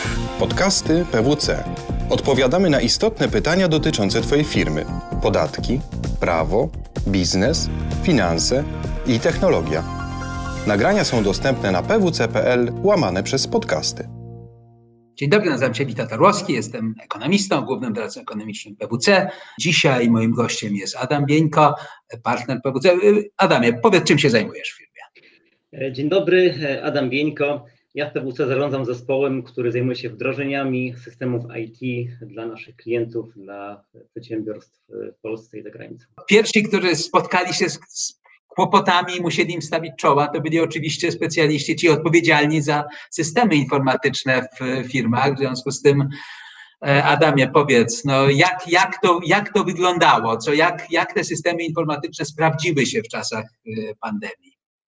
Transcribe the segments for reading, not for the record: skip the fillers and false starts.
Podcasty PWC. Odpowiadamy na istotne pytania dotyczące Twojej firmy. Podatki, prawo, biznes, finanse i technologia. Nagrania są dostępne na pwc.pl/podcasty. Dzień dobry, nazywam się Witold Orłowski, jestem ekonomistą, głównym doradcą ekonomicznym PWC. Dzisiaj moim gościem jest Adam Bieńko, partner PWC. Adamie, powiedz, czym się zajmujesz w firmie? Dzień dobry, Adam Bieńko. Ja w PWC zarządzam zespołem, który zajmuje się wdrożeniami systemów IT dla naszych klientów, dla przedsiębiorstw w Polsce i za granicą. Pierwsi, którzy spotkali się z kłopotami, musieli im stawić czoła, to byli oczywiście specjaliści, ci odpowiedzialni za systemy informatyczne w firmach. W związku z tym, Adamie, powiedz, no jak to wyglądało? Jak te systemy informatyczne sprawdziły się w czasach pandemii?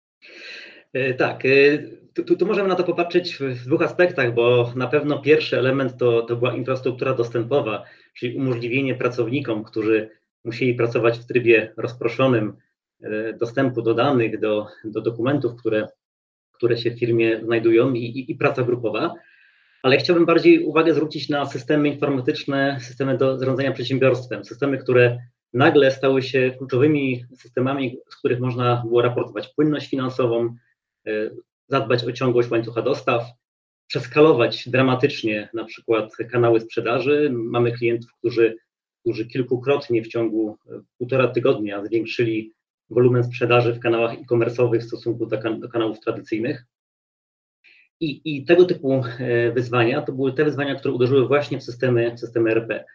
Tak, tu możemy na to popatrzeć w dwóch aspektach, bo na pewno pierwszy element to była infrastruktura dostępowa, czyli umożliwienie pracownikom, którzy musieli pracować w trybie rozproszonym, dostępu do danych, do dokumentów, które się w firmie znajdują i praca grupowa. Ale chciałbym bardziej uwagę zwrócić na systemy informatyczne, systemy do zarządzania przedsiębiorstwem, systemy, które nagle stały się kluczowymi systemami, z których można było raportować płynność finansową, zadbać o ciągłość łańcucha dostaw, przeskalować dramatycznie na przykład kanały sprzedaży. Mamy klientów, którzy kilkukrotnie w ciągu 1,5 tygodnia zwiększyli wolumen sprzedaży w kanałach e-commerce'owych w stosunku do kanałów tradycyjnych. I tego typu wyzwania to były te wyzwania, które uderzyły właśnie w systemy ERP.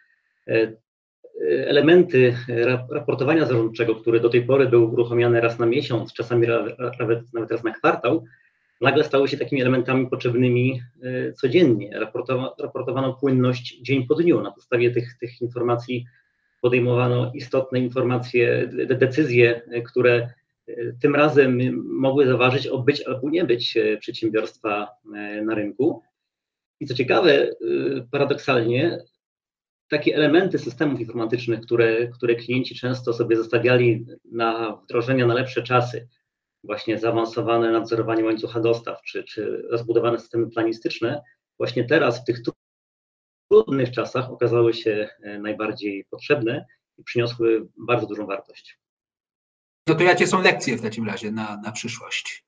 Elementy raportowania zarządczego, który do tej pory był uruchamiany raz na miesiąc, czasami nawet raz na kwartał, nagle stały się takimi elementami potrzebnymi codziennie. Raportowano płynność dzień po dniu. Na podstawie tych informacji podejmowano istotne decyzje, które tym razem mogły zaważyć o być albo nie być przedsiębiorstwa na rynku. I co ciekawe, paradoksalnie, takie elementy systemów informatycznych, które klienci często sobie zostawiali na wdrożenia na lepsze czasy, właśnie zaawansowane nadzorowanie łańcucha dostaw, czy rozbudowane systemy planistyczne, właśnie teraz w tych trudnych czasach okazały się najbardziej potrzebne i przyniosły bardzo dużą wartość. No to jakie są lekcje w takim razie na przyszłość?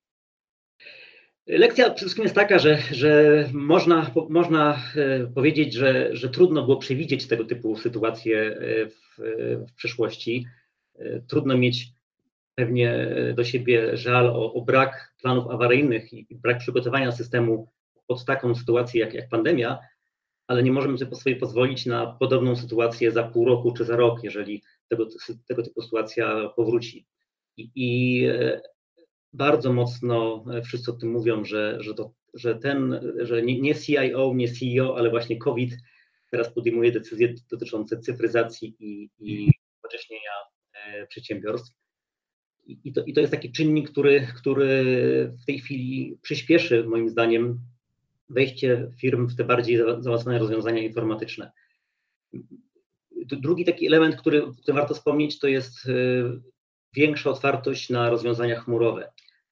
Lekcja przede wszystkim jest taka, że można powiedzieć, że trudno było przewidzieć tego typu sytuacje w przyszłości. Trudno mieć pewnie do siebie żal o brak planów awaryjnych i brak przygotowania systemu pod taką sytuację jak pandemia, ale nie możemy sobie pozwolić na podobną sytuację za pół roku czy za rok, jeżeli tego typu sytuacja powróci. I bardzo mocno wszyscy o tym mówią, że nie CIO, nie CEO, ale właśnie COVID teraz podejmuje decyzje dotyczące cyfryzacji i unowocześnienia przedsiębiorstw. I to jest taki czynnik, który w tej chwili przyspieszy, moim zdaniem, wejście firm w te bardziej zaawansowane rozwiązania informatyczne. Drugi taki element, który warto wspomnieć, to jest większa otwartość na rozwiązania chmurowe.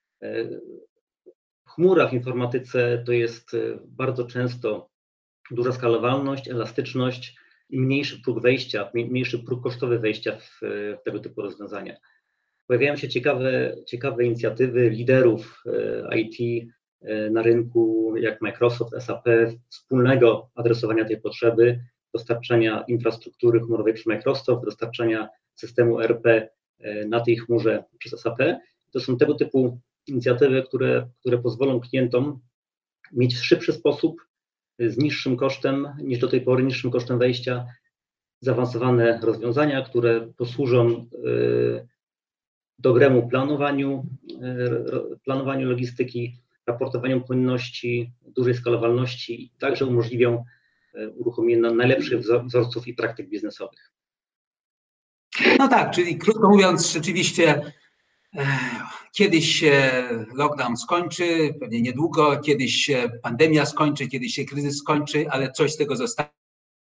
Chmura w informatyce to jest bardzo często duża skalowalność, elastyczność i mniejszy próg wejścia, mniejszy próg kosztowy wejścia w tego typu rozwiązania. Pojawiają się ciekawe inicjatywy liderów IT na rynku, jak Microsoft, SAP, wspólnego adresowania tej potrzeby, dostarczania infrastruktury chmurowej przez Microsoft, dostarczania systemu ERP na tej chmurze przez SAP. To są tego typu inicjatywy, które pozwolą klientom mieć w szybszy sposób, z niższym kosztem niż do tej pory, niższym kosztem wejścia, zaawansowane rozwiązania, które posłużą dobremu planowaniu logistyki, raportowaniu płynności, dużej skalowalności i także umożliwią uruchomienie najlepszych wzorców i praktyk biznesowych. No tak, czyli krótko mówiąc, rzeczywiście kiedyś się lockdown skończy, pewnie niedługo, kiedyś się pandemia skończy, kiedyś się kryzys skończy, ale coś z tego zostanie.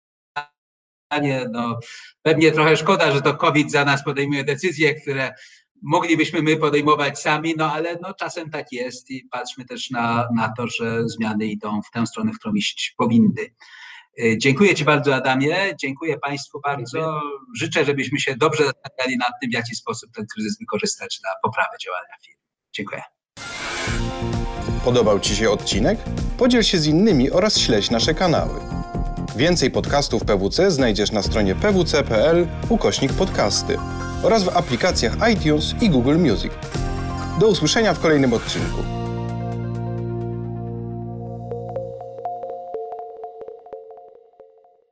No, pewnie trochę szkoda, że to COVID za nas podejmuje decyzje, które moglibyśmy my podejmować sami, no ale no, czasem tak jest i patrzmy też na to, że zmiany idą w tę stronę, w którą iść powinny. Dziękuję Ci bardzo, Adamie. Dziękuję Państwu bardzo. Życzę, żebyśmy się dobrze zastanawiali nad tym, w jaki sposób ten kryzys wykorzystać dla poprawy działania firm. Dziękuję. Podobał Ci się odcinek? Podziel się z innymi oraz śledź nasze kanały. Więcej podcastów PWC znajdziesz na stronie pwc.pl/podcasty oraz w aplikacjach iTunes i Google Music. Do usłyszenia w kolejnym odcinku.